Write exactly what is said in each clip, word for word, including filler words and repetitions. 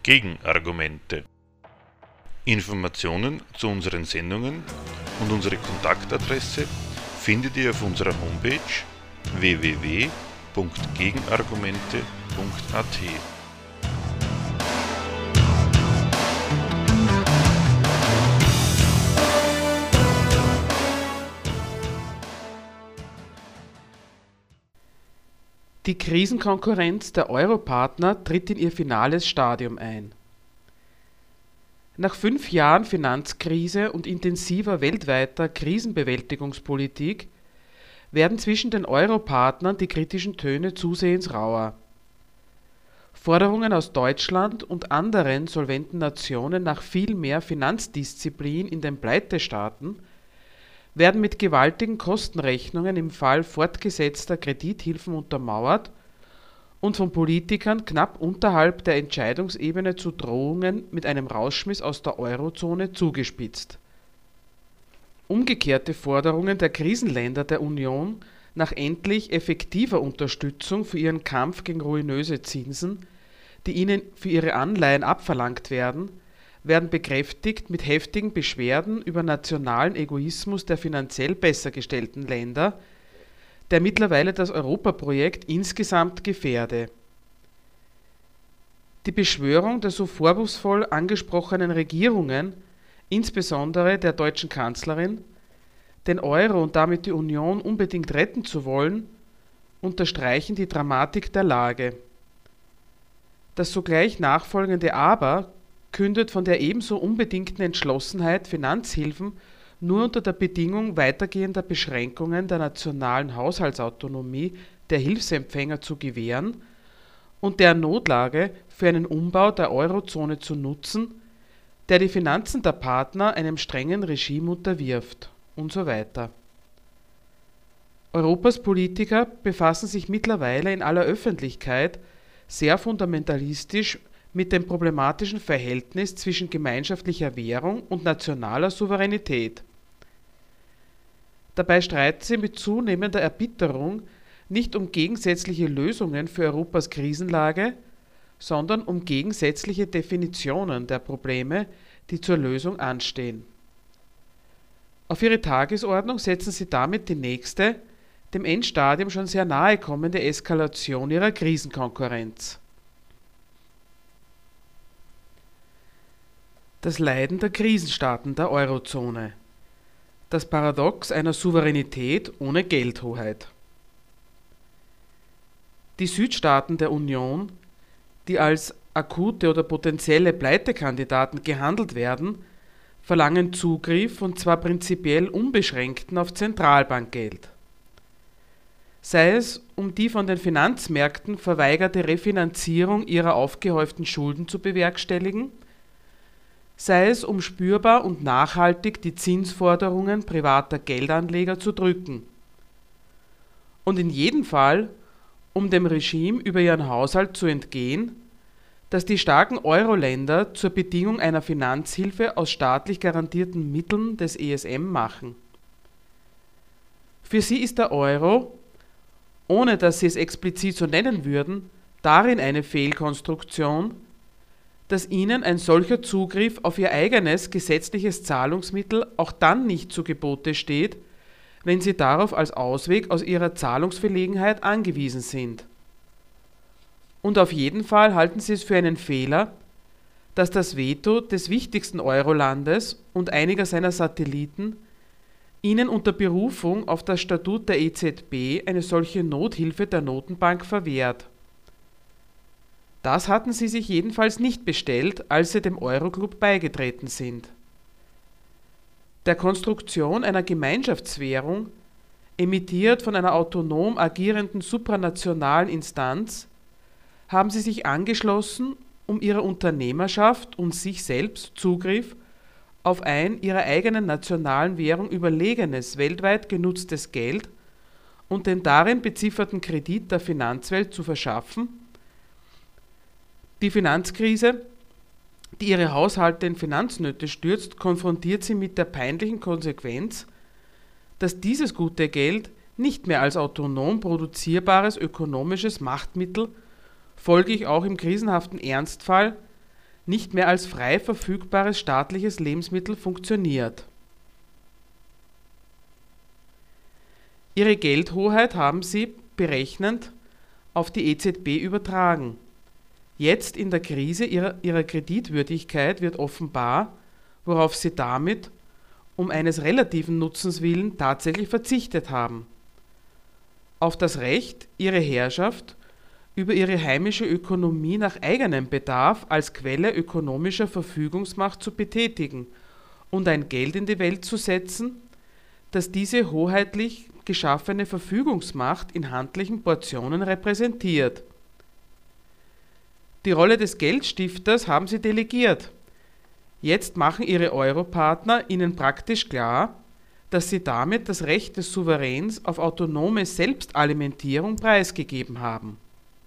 Gegenargumente. Informationen zu unseren Sendungen und unsere Kontaktadresse findet ihr auf unserer Homepage w w w punkt gegenargumente punkt a t. Die Krisenkonkurrenz der Europartner tritt in ihr finales Stadium ein. Nach fünf Jahren Finanzkrise und intensiver weltweiter Krisenbewältigungspolitik werden zwischen den Europartnern die kritischen Töne zusehends rauer. Forderungen aus Deutschland und anderen solventen Nationen nach viel mehr Finanzdisziplin in den Pleitestaaten werden mit gewaltigen Kostenrechnungen im Fall fortgesetzter Kredithilfen untermauert und von Politikern knapp unterhalb der Entscheidungsebene zu Drohungen mit einem Rausschmiss aus der Eurozone zugespitzt. Umgekehrte Forderungen der Krisenländer der Union nach endlich effektiver Unterstützung für ihren Kampf gegen ruinöse Zinsen, die ihnen für ihre Anleihen abverlangt werden, werden bekräftigt mit heftigen Beschwerden über nationalen Egoismus der finanziell besser gestellten Länder, der mittlerweile das Europaprojekt insgesamt gefährde. Die Beschwörung der so vorwurfsvoll angesprochenen Regierungen, insbesondere der deutschen Kanzlerin, den Euro und damit die Union unbedingt retten zu wollen, unterstreichen die Dramatik der Lage. Das sogleich nachfolgende Aber kündet von der ebenso unbedingten Entschlossenheit, Finanzhilfen nur unter der Bedingung weitergehender Beschränkungen der nationalen Haushaltsautonomie der Hilfsempfänger zu gewähren und der Notlage für einen Umbau der Eurozone zu nutzen, der die Finanzen der Partner einem strengen Regime unterwirft und so weiter. Europas Politiker befassen sich mittlerweile in aller Öffentlichkeit sehr fundamentalistisch mit dem problematischen Verhältnis zwischen gemeinschaftlicher Währung und nationaler Souveränität. Dabei streiten sie mit zunehmender Erbitterung nicht um gegensätzliche Lösungen für Europas Krisenlage, sondern um gegensätzliche Definitionen der Probleme, die zur Lösung anstehen. Auf ihre Tagesordnung setzen sie damit die nächste, dem Endstadium schon sehr nahe kommende Eskalation ihrer Krisenkonkurrenz. Das Leiden der Krisenstaaten der Eurozone. Das Paradox einer Souveränität ohne Geldhoheit. Die Südstaaten der Union, die als akute oder potenzielle Pleitekandidaten gehandelt werden, verlangen Zugriff und zwar prinzipiell unbeschränkten auf Zentralbankgeld. Sei es, um die von den Finanzmärkten verweigerte Refinanzierung ihrer aufgehäuften Schulden zu bewerkstelligen, sei es, um spürbar und nachhaltig die Zinsforderungen privater Geldanleger zu drücken. Und in jedem Fall, um dem Regime über ihren Haushalt zu entgehen, das die starken Euro-Länder zur Bedingung einer Finanzhilfe aus staatlich garantierten Mitteln des E S M machen. Für sie ist der Euro, ohne dass sie es explizit so nennen würden, darin eine Fehlkonstruktion, dass ihnen ein solcher Zugriff auf ihr eigenes gesetzliches Zahlungsmittel auch dann nicht zu Gebote steht, wenn sie darauf als Ausweg aus ihrer Zahlungsverlegenheit angewiesen sind. Und auf jeden Fall halten sie es für einen Fehler, dass das Veto des wichtigsten Euro-Landes und einiger seiner Satelliten ihnen unter Berufung auf das Statut der E Z B eine solche Nothilfe der Notenbank verwehrt. Das hatten sie sich jedenfalls nicht bestellt, als sie dem Euroclub beigetreten sind. Der Konstruktion einer Gemeinschaftswährung, emittiert von einer autonom agierenden supranationalen Instanz, haben sie sich angeschlossen, um ihrer Unternehmerschaft und sich selbst Zugriff auf ein ihrer eigenen nationalen Währung überlegenes, weltweit genutztes Geld und den darin bezifferten Kredit der Finanzwelt zu verschaffen. Die Finanzkrise, die ihre Haushalte in Finanznöte stürzt, konfrontiert sie mit der peinlichen Konsequenz, dass dieses gute Geld nicht mehr als autonom produzierbares ökonomisches Machtmittel, folglich auch im krisenhaften Ernstfall, nicht mehr als frei verfügbares staatliches Lebensmittel funktioniert. Ihre Geldhoheit haben sie, berechnend, auf die E Z B übertragen. Jetzt in der Krise ihrer, ihrer Kreditwürdigkeit wird offenbar, worauf sie damit, um eines relativen Nutzens willen, tatsächlich verzichtet haben. Auf das Recht, ihre Herrschaft über ihre heimische Ökonomie nach eigenem Bedarf als Quelle ökonomischer Verfügungsmacht zu betätigen und ein Geld in die Welt zu setzen, das diese hoheitlich geschaffene Verfügungsmacht in handlichen Portionen repräsentiert. Die Rolle des Geldstifters haben sie delegiert. Jetzt machen ihre Europartner ihnen praktisch klar, dass sie damit das Recht des Souveräns auf autonome Selbstalimentierung preisgegeben haben.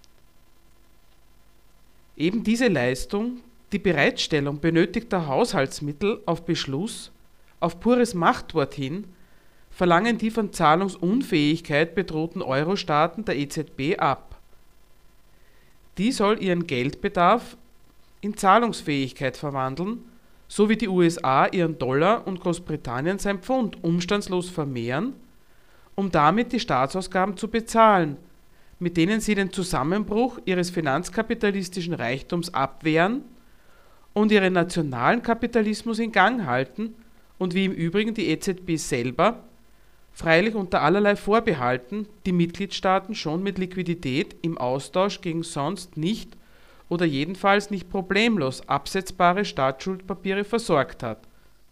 Eben diese Leistung, die Bereitstellung benötigter Haushaltsmittel auf Beschluss, auf pures Machtwort hin, verlangen die von Zahlungsunfähigkeit bedrohten Euro-Staaten der E Z B ab. Die soll ihren Geldbedarf in Zahlungsfähigkeit verwandeln, so wie die U S A ihren Dollar und Großbritannien sein Pfund umstandslos vermehren, um damit die Staatsausgaben zu bezahlen, mit denen sie den Zusammenbruch ihres finanzkapitalistischen Reichtums abwehren und ihren nationalen Kapitalismus in Gang halten und wie im Übrigen die E Z B selber, freilich unter allerlei Vorbehalten, die Mitgliedstaaten schon mit Liquidität im Austausch gegen sonst nicht oder jedenfalls nicht problemlos absetzbare Staatsschuldpapiere versorgt hat.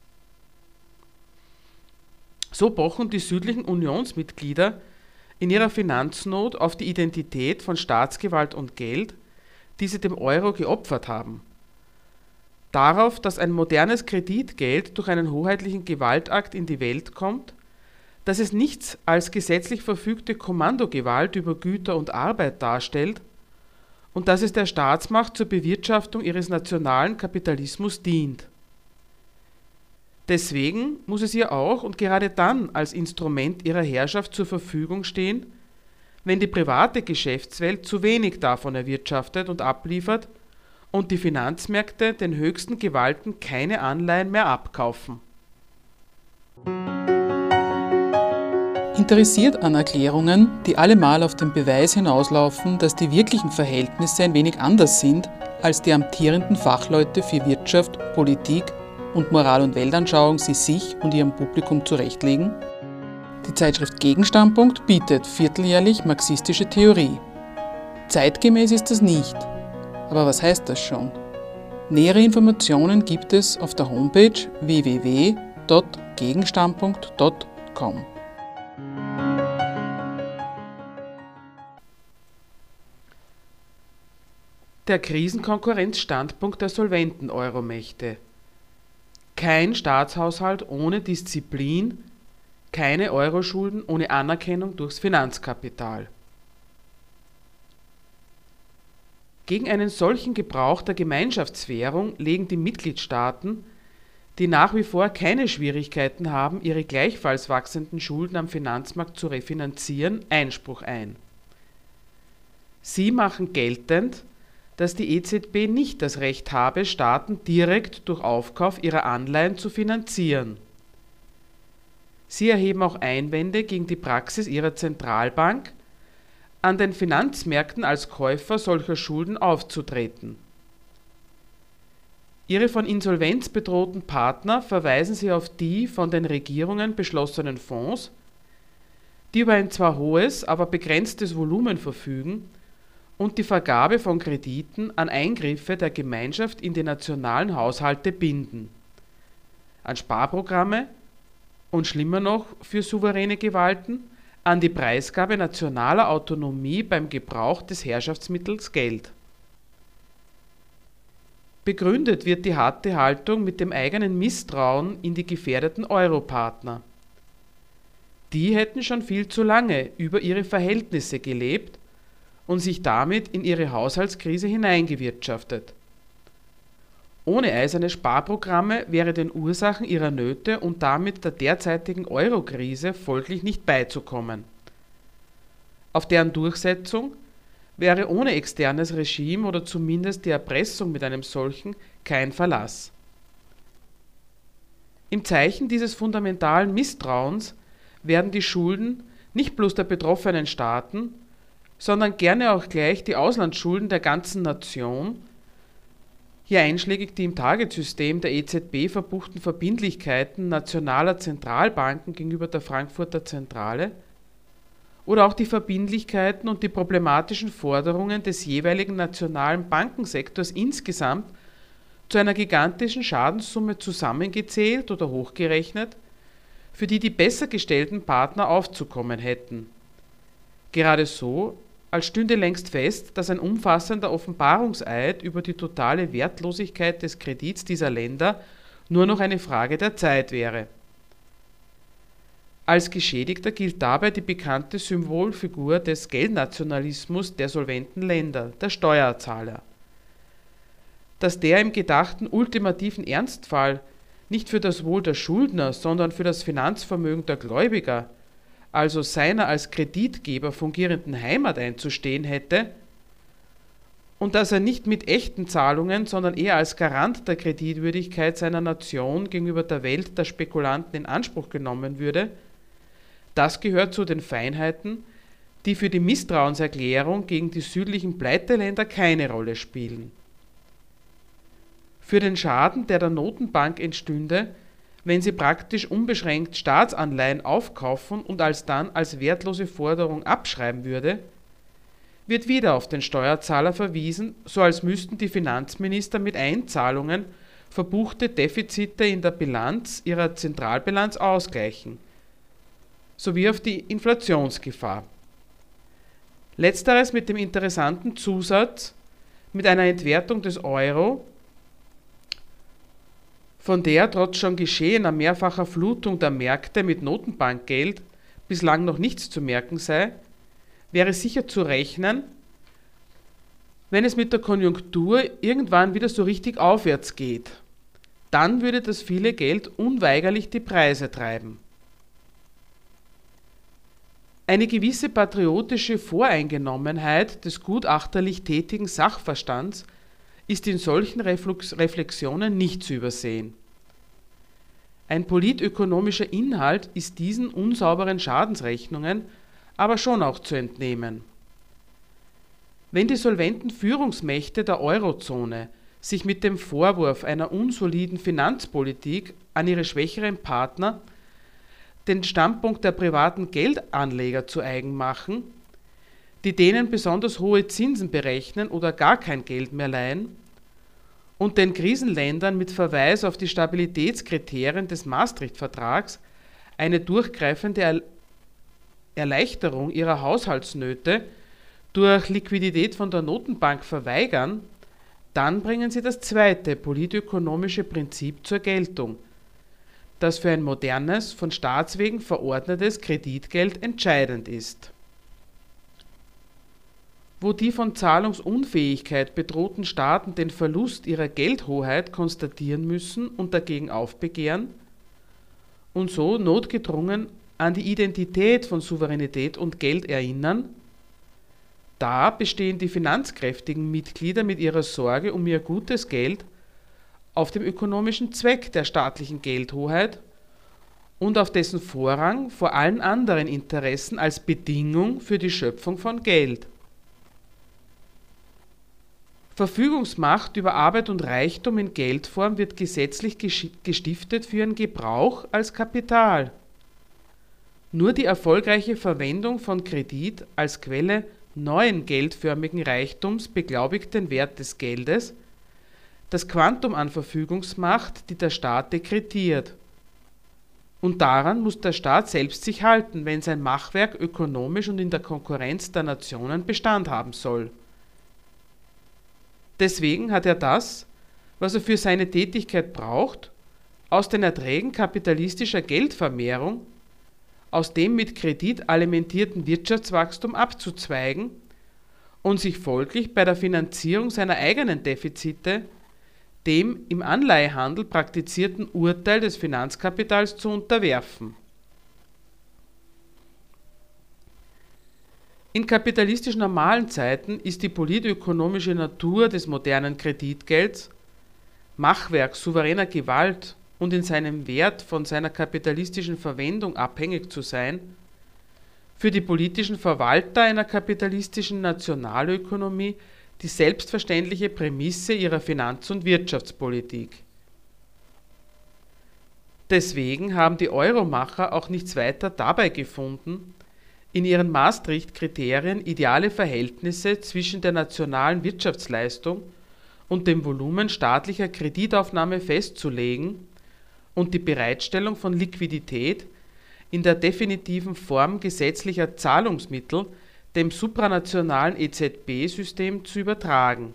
So pochen die südlichen Unionsmitglieder in ihrer Finanznot auf die Identität von Staatsgewalt und Geld, die sie dem Euro geopfert haben. Darauf, dass ein modernes Kreditgeld durch einen hoheitlichen Gewaltakt in die Welt kommt, dass es nichts als gesetzlich verfügte Kommandogewalt über Güter und Arbeit darstellt und dass es der Staatsmacht zur Bewirtschaftung ihres nationalen Kapitalismus dient. Deswegen muss es ihr auch und gerade dann als Instrument ihrer Herrschaft zur Verfügung stehen, wenn die private Geschäftswelt zu wenig davon erwirtschaftet und abliefert und die Finanzmärkte den höchsten Gewalten keine Anleihen mehr abkaufen. Interessiert an Erklärungen, die allemal auf den Beweis hinauslaufen, dass die wirklichen Verhältnisse ein wenig anders sind, als die amtierenden Fachleute für Wirtschaft, Politik und Moral- und Weltanschauung sie sich und ihrem Publikum zurechtlegen? Die Zeitschrift Gegenstandpunkt bietet vierteljährlich marxistische Theorie. Zeitgemäß ist das nicht. Aber was heißt das schon? Nähere Informationen gibt es auf der Homepage w w w punkt gegenstandpunkt punkt com. Der Krisenkonkurrenzstandpunkt der solventen Euromächte. Kein Staatshaushalt ohne Disziplin, keine Euroschulden ohne Anerkennung durchs Finanzkapital. Gegen einen solchen Gebrauch der Gemeinschaftswährung legen die Mitgliedstaaten, die nach wie vor keine Schwierigkeiten haben, ihre gleichfalls wachsenden Schulden am Finanzmarkt zu refinanzieren, Einspruch ein. Sie machen geltend, dass die E Z B nicht das Recht habe, Staaten direkt durch Aufkauf ihrer Anleihen zu finanzieren. Sie erheben auch Einwände gegen die Praxis ihrer Zentralbank, an den Finanzmärkten als Käufer solcher Schulden aufzutreten. Ihre von Insolvenz bedrohten Partner verweisen sie auf die von den Regierungen beschlossenen Fonds, die über ein zwar hohes, aber begrenztes Volumen verfügen, und die Vergabe von Krediten an Eingriffe der Gemeinschaft in die nationalen Haushalte binden, an Sparprogramme und schlimmer noch für souveräne Gewalten, an die Preisgabe nationaler Autonomie beim Gebrauch des Herrschaftsmittels Geld. Begründet wird die harte Haltung mit dem eigenen Misstrauen in die gefährdeten Europartner. Die hätten schon viel zu lange über ihre Verhältnisse gelebt und sich damit in ihre Haushaltskrise hineingewirtschaftet. Ohne eiserne Sparprogramme wäre den Ursachen ihrer Nöte und damit der derzeitigen Euro-Krise folglich nicht beizukommen. Auf deren Durchsetzung wäre ohne externes Regime oder zumindest die Erpressung mit einem solchen kein Verlass. Im Zeichen dieses fundamentalen Misstrauens werden die Schulden nicht bloß der betroffenen Staaten, sondern gerne auch gleich die Auslandsschulden der ganzen Nation, hier einschlägig die im Targetsystem der E Z B verbuchten Verbindlichkeiten nationaler Zentralbanken gegenüber der Frankfurter Zentrale, oder auch die Verbindlichkeiten und die problematischen Forderungen des jeweiligen nationalen Bankensektors insgesamt zu einer gigantischen Schadenssumme zusammengezählt oder hochgerechnet, für die die besser gestellten Partner aufzukommen hätten. Gerade so, als stünde längst fest, dass ein umfassender Offenbarungseid über die totale Wertlosigkeit des Kredits dieser Länder nur noch eine Frage der Zeit wäre. Als Geschädigter gilt dabei die bekannte Symbolfigur des Geldnationalismus der solventen Länder, der Steuerzahler. Dass der im gedachten ultimativen Ernstfall nicht für das Wohl der Schuldner, sondern für das Finanzvermögen der Gläubiger, also seiner als Kreditgeber fungierenden Heimat einzustehen hätte, und dass er nicht mit echten Zahlungen, sondern eher als Garant der Kreditwürdigkeit seiner Nation gegenüber der Welt der Spekulanten in Anspruch genommen würde, das gehört zu den Feinheiten, die für die Misstrauenserklärung gegen die südlichen Pleiteländer keine Rolle spielen. Für den Schaden, der der Notenbank entstünde, wenn sie praktisch unbeschränkt Staatsanleihen aufkaufen und alsdann als wertlose Forderung abschreiben würde, wird wieder auf den Steuerzahler verwiesen, so als müssten die Finanzminister mit Einzahlungen verbuchte Defizite in der Bilanz ihrer Zentralbilanz ausgleichen, sowie auf die Inflationsgefahr. Letzteres mit dem interessanten Zusatz, mit einer Entwertung des Euro, von der trotz schon geschehener mehrfacher Flutung der Märkte mit Notenbankgeld bislang noch nichts zu merken sei, wäre sicher zu rechnen, wenn es mit der Konjunktur irgendwann wieder so richtig aufwärts geht. Dann würde das viele Geld unweigerlich die Preise treiben. Eine gewisse patriotische Voreingenommenheit des gutachterlich tätigen Sachverstands ist in solchen Reflux- Reflexionen nicht zu übersehen. Ein politökonomischer Inhalt ist diesen unsauberen Schadensrechnungen aber schon auch zu entnehmen. Wenn die solventen Führungsmächte der Eurozone sich mit dem Vorwurf einer unsoliden Finanzpolitik an ihre schwächeren Partner den Standpunkt der privaten Geldanleger zu eigen machen, die denen besonders hohe Zinsen berechnen oder gar kein Geld mehr leihen, und den Krisenländern mit Verweis auf die Stabilitätskriterien des Maastricht-Vertrags eine durchgreifende Erleichterung ihrer Haushaltsnöte durch Liquidität von der Notenbank verweigern, dann bringen sie das zweite politökonomische Prinzip zur Geltung, das für ein modernes, von Staatswegen verordnetes Kreditgeld entscheidend ist. Wo die von Zahlungsunfähigkeit bedrohten Staaten den Verlust ihrer Geldhoheit konstatieren müssen und dagegen aufbegehren und so notgedrungen an die Identität von Souveränität und Geld erinnern, da bestehen die finanzkräftigen Mitglieder mit ihrer Sorge um ihr gutes Geld auf dem ökonomischen Zweck der staatlichen Geldhoheit und auf dessen Vorrang vor allen anderen Interessen als Bedingung für die Schöpfung von Geld. Verfügungsmacht über Arbeit und Reichtum in Geldform wird gesetzlich gestiftet für ihren Gebrauch als Kapital. Nur die erfolgreiche Verwendung von Kredit als Quelle neuen geldförmigen Reichtums beglaubigt den Wert des Geldes, das Quantum an Verfügungsmacht, die der Staat dekretiert. Und daran muss der Staat selbst sich halten, wenn sein Machwerk ökonomisch und in der Konkurrenz der Nationen Bestand haben soll. Deswegen hat er das, was er für seine Tätigkeit braucht, aus den Erträgen kapitalistischer Geldvermehrung, aus dem mit Kredit alimentierten Wirtschaftswachstum abzuzweigen und sich folglich bei der Finanzierung seiner eigenen Defizite dem im Anleihehandel praktizierten Urteil des Finanzkapitals zu unterwerfen. In kapitalistisch normalen Zeiten ist die politökonomische Natur des modernen Kreditgelds, Machwerk souveräner Gewalt und in seinem Wert von seiner kapitalistischen Verwendung abhängig zu sein, für die politischen Verwalter einer kapitalistischen Nationalökonomie die selbstverständliche Prämisse ihrer Finanz- und Wirtschaftspolitik. Deswegen haben die Euromacher auch nichts weiter dabei gefunden, in ihren Maastricht-Kriterien ideale Verhältnisse zwischen der nationalen Wirtschaftsleistung und dem Volumen staatlicher Kreditaufnahme festzulegen und die Bereitstellung von Liquidität in der definitiven Form gesetzlicher Zahlungsmittel dem supranationalen E Z B-System zu übertragen.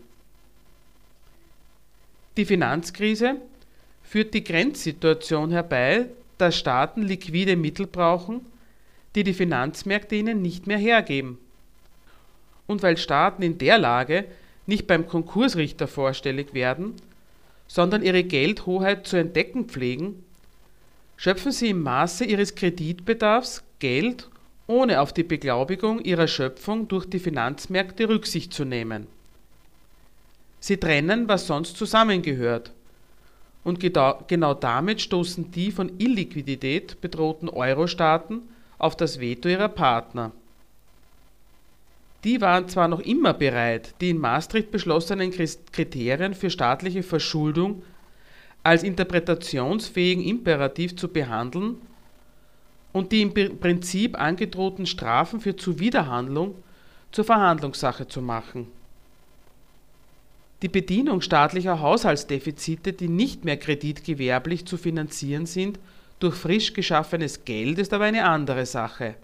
Die Finanzkrise führt die Grenzsituation herbei, dass Staaten liquide Mittel brauchen, die die Finanzmärkte ihnen nicht mehr hergeben. Und weil Staaten in der Lage nicht beim Konkursrichter vorstellig werden, sondern ihre Geldhoheit zu entdecken pflegen, schöpfen sie im Maße ihres Kreditbedarfs Geld, ohne auf die Beglaubigung ihrer Schöpfung durch die Finanzmärkte Rücksicht zu nehmen. Sie trennen, was sonst zusammengehört, und genau damit stoßen die von Illiquidität bedrohten Euro-Staaten auf das Veto ihrer Partner. Die waren zwar noch immer bereit, die in Maastricht beschlossenen Kriterien für staatliche Verschuldung als interpretationsfähigen Imperativ zu behandeln und die im Prinzip angedrohten Strafen für Zuwiderhandlung zur Verhandlungssache zu machen. Die Bedienung staatlicher Haushaltsdefizite, die nicht mehr kreditgewerblich zu finanzieren sind, durch frisch geschaffenes Geld, ist aber eine andere Sache.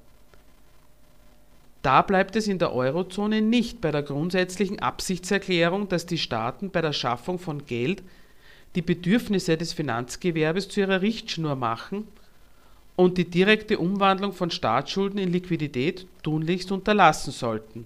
Da bleibt es in der Eurozone nicht bei der grundsätzlichen Absichtserklärung, dass die Staaten bei der Schaffung von Geld die Bedürfnisse des Finanzgewerbes zu ihrer Richtschnur machen und die direkte Umwandlung von Staatsschulden in Liquidität tunlichst unterlassen sollten.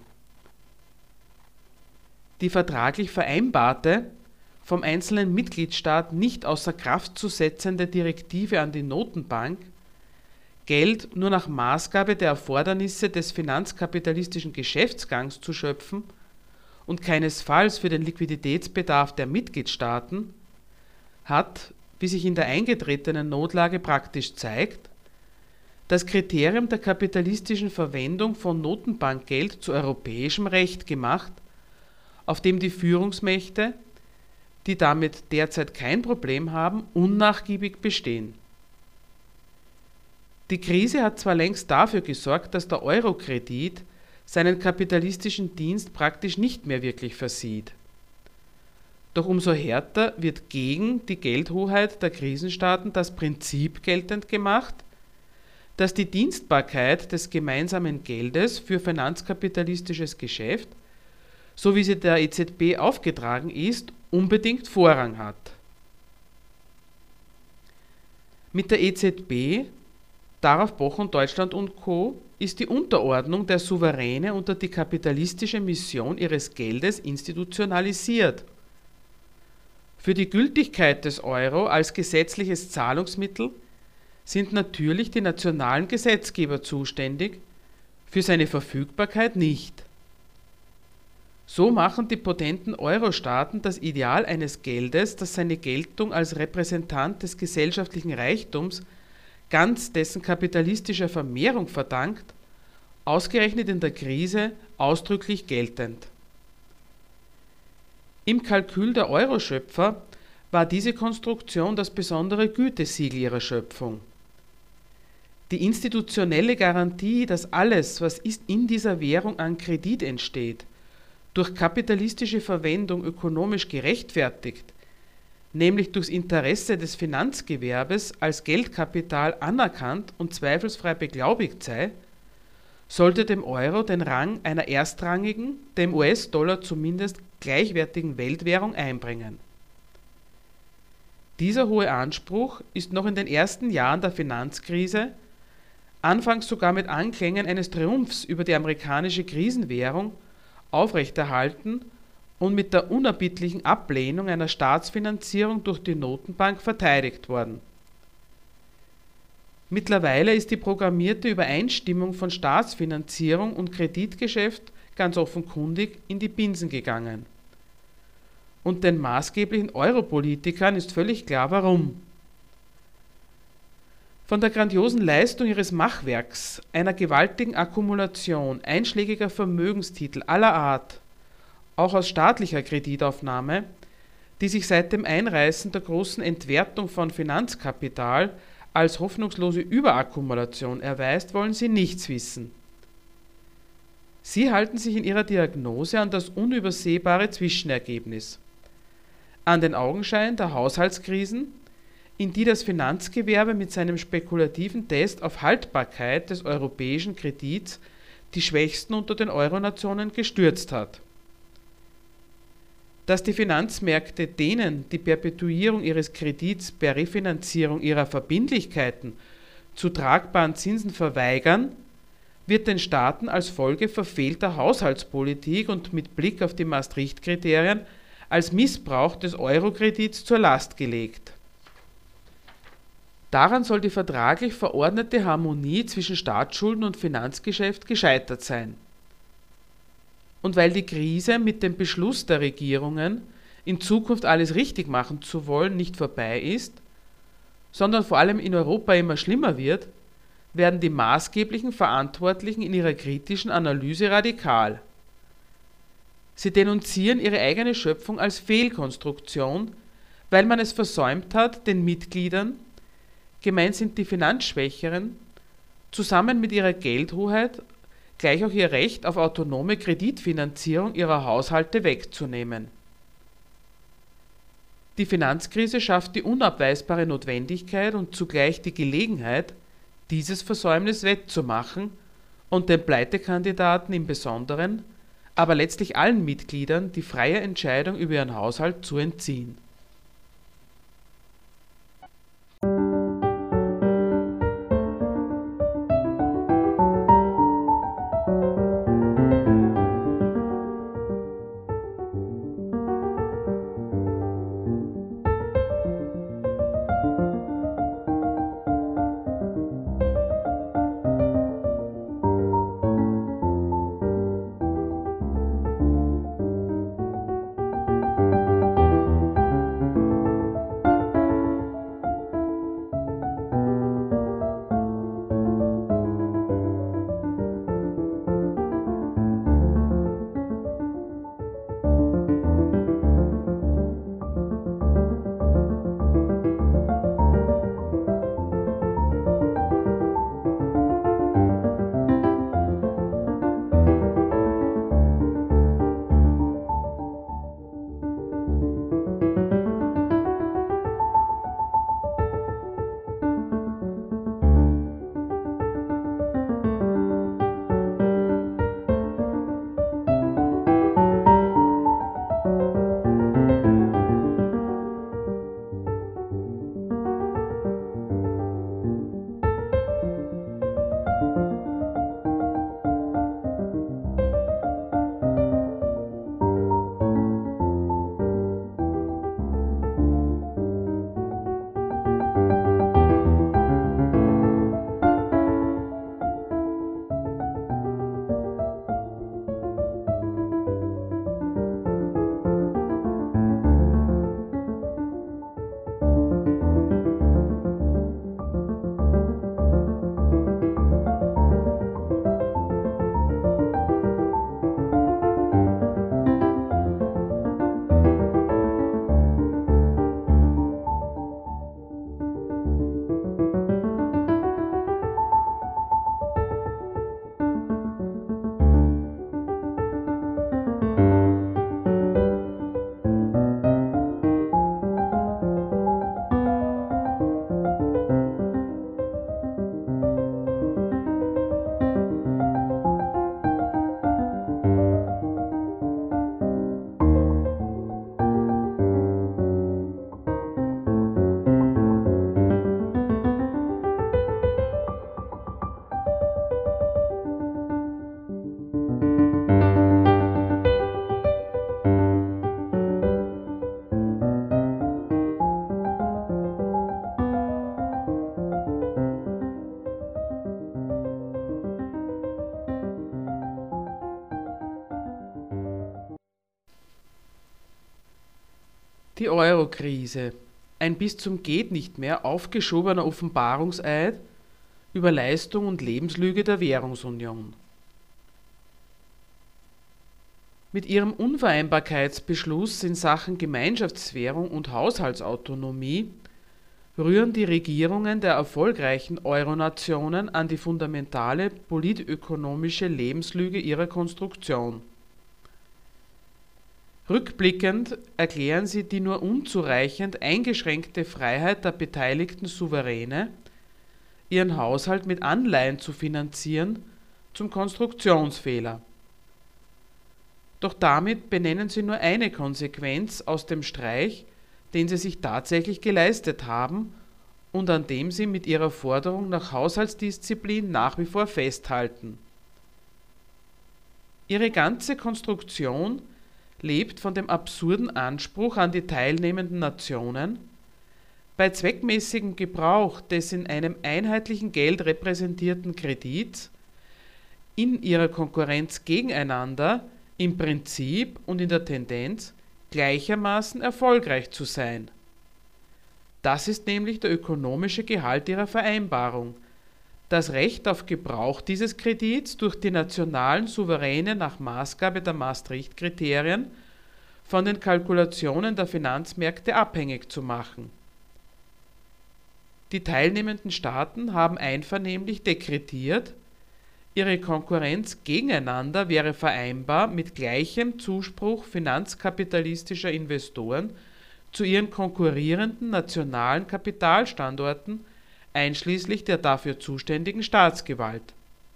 Die vertraglich vereinbarte, vom einzelnen Mitgliedstaat nicht außer Kraft zu setzende Direktive an die Notenbank, Geld nur nach Maßgabe der Erfordernisse des finanzkapitalistischen Geschäftsgangs zu schöpfen und keinesfalls für den Liquiditätsbedarf der Mitgliedstaaten, hat, wie sich in der eingetretenen Notlage praktisch zeigt, das Kriterium der kapitalistischen Verwendung von Notenbankgeld zu europäischem Recht gemacht, auf dem die Führungsmächte, die damit derzeit kein Problem haben, unnachgiebig bestehen. Die Krise hat zwar längst dafür gesorgt, dass der Eurokredit seinen kapitalistischen Dienst praktisch nicht mehr wirklich versieht. Doch umso härter wird gegen die Geldhoheit der Krisenstaaten das Prinzip geltend gemacht, dass die Dienstbarkeit des gemeinsamen Geldes für finanzkapitalistisches Geschäft, so wie sie der E Z B aufgetragen ist, unbedingt Vorrang hat. Mit der E Z B, darauf pochen Deutschland und Co., ist die Unterordnung der Souveräne unter die kapitalistische Mission ihres Geldes institutionalisiert. Für die Gültigkeit des Euro als gesetzliches Zahlungsmittel sind natürlich die nationalen Gesetzgeber zuständig, für seine Verfügbarkeit nicht. So machen die potenten Euro-Staaten das Ideal eines Geldes, das seine Geltung als Repräsentant des gesellschaftlichen Reichtums ganz dessen kapitalistischer Vermehrung verdankt, ausgerechnet in der Krise ausdrücklich geltend. Im Kalkül der Euro-Schöpfer war diese Konstruktion das besondere Gütesiegel ihrer Schöpfung. Die institutionelle Garantie, dass alles, was in dieser Währung an Kredit entsteht, durch kapitalistische Verwendung ökonomisch gerechtfertigt, nämlich durchs Interesse des Finanzgewerbes als Geldkapital anerkannt und zweifelsfrei beglaubigt sei, sollte dem Euro den Rang einer erstrangigen, dem U S-Dollar zumindest gleichwertigen Weltwährung einbringen. Dieser hohe Anspruch ist noch in den ersten Jahren der Finanzkrise, anfangs sogar mit Anklängen eines Triumphs über die amerikanische Krisenwährung, aufrechterhalten und mit der unerbittlichen Ablehnung einer Staatsfinanzierung durch die Notenbank verteidigt worden. Mittlerweile ist die programmierte Übereinstimmung von Staatsfinanzierung und Kreditgeschäft ganz offenkundig in die Binsen gegangen. Und den maßgeblichen Europolitikern ist völlig klar, warum. Von der grandiosen Leistung ihres Machwerks, einer gewaltigen Akkumulation einschlägiger Vermögenstitel aller Art, auch aus staatlicher Kreditaufnahme, die sich seit dem Einreißen der großen Entwertung von Finanzkapital als hoffnungslose Überakkumulation erweist, wollen sie nichts wissen. Sie halten sich in ihrer Diagnose an das unübersehbare Zwischenergebnis, an den Augenschein der Haushaltskrisen, in die das Finanzgewerbe mit seinem spekulativen Test auf Haltbarkeit des europäischen Kredits die Schwächsten unter den Euronationen gestürzt hat. Dass die Finanzmärkte denen die Perpetuierung ihres Kredits per Refinanzierung ihrer Verbindlichkeiten zu tragbaren Zinsen verweigern, wird den Staaten als Folge verfehlter Haushaltspolitik und mit Blick auf die Maastricht-Kriterien als Missbrauch des Eurokredits zur Last gelegt. Daran soll die vertraglich verordnete Harmonie zwischen Staatsschulden und Finanzgeschäft gescheitert sein. Und weil die Krise mit dem Beschluss der Regierungen, in Zukunft alles richtig machen zu wollen, nicht vorbei ist, sondern vor allem in Europa immer schlimmer wird, werden die maßgeblichen Verantwortlichen in ihrer kritischen Analyse radikal. Sie denunzieren ihre eigene Schöpfung als Fehlkonstruktion, weil man es versäumt hat, den Mitgliedern, gemeint sind die Finanzschwächeren, zusammen mit ihrer Geldhoheit gleich auch ihr Recht auf autonome Kreditfinanzierung ihrer Haushalte wegzunehmen. Die Finanzkrise schafft die unabweisbare Notwendigkeit und zugleich die Gelegenheit, dieses Versäumnis wettzumachen und den Pleitekandidaten im Besonderen, aber letztlich allen Mitgliedern die freie Entscheidung über ihren Haushalt zu entziehen. Die Euro-Krise, ein bis zum Geht-nicht-mehr aufgeschobener Offenbarungseid über Leistung und Lebenslüge der Währungsunion. Mit ihrem Unvereinbarkeitsbeschluss in Sachen Gemeinschaftswährung und Haushaltsautonomie rühren die Regierungen der erfolgreichen Euronationen an die fundamentale politökonomische Lebenslüge ihrer Konstruktion. Rückblickend erklären sie die nur unzureichend eingeschränkte Freiheit der beteiligten Souveräne, ihren Haushalt mit Anleihen zu finanzieren, zum Konstruktionsfehler. Doch damit benennen sie nur eine Konsequenz aus dem Streich, den sie sich tatsächlich geleistet haben und an dem sie mit ihrer Forderung nach Haushaltsdisziplin nach wie vor festhalten. Ihre ganze Konstruktion lebt von dem absurden Anspruch an die teilnehmenden Nationen, bei zweckmäßigem Gebrauch des in einem einheitlichen Geld repräsentierten Kredits in ihrer Konkurrenz gegeneinander im Prinzip und in der Tendenz gleichermaßen erfolgreich zu sein. Das ist nämlich der ökonomische Gehalt ihrer Vereinbarung, das Recht auf Gebrauch dieses Kredits durch die nationalen Souveräne nach Maßgabe der Maastricht-Kriterien von den Kalkulationen der Finanzmärkte abhängig zu machen. Die teilnehmenden Staaten haben einvernehmlich dekretiert, ihre Konkurrenz gegeneinander wäre vereinbar mit gleichem Zuspruch finanzkapitalistischer Investoren zu ihren konkurrierenden nationalen Kapitalstandorten, einschließlich der dafür zuständigen Staatsgewalt.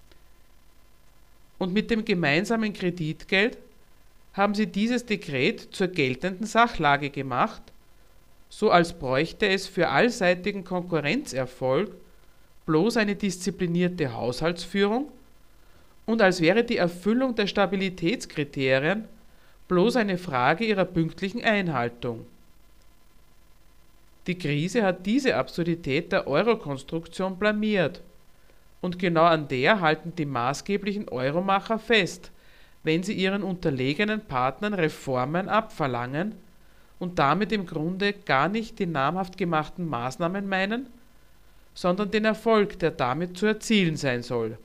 Und mit dem gemeinsamen Kreditgeld haben sie dieses Dekret zur geltenden Sachlage gemacht, so als bräuchte es für allseitigen Konkurrenzerfolg bloß eine disziplinierte Haushaltsführung und als wäre die Erfüllung der Stabilitätskriterien bloß eine Frage ihrer pünktlichen Einhaltung. Die Krise hat diese Absurdität der Euro-Konstruktion blamiert und genau an der halten die maßgeblichen Euromacher fest, wenn sie ihren unterlegenen Partnern Reformen abverlangen und damit im Grunde gar nicht die namhaft gemachten Maßnahmen meinen, sondern den Erfolg, der damit zu erzielen sein soll.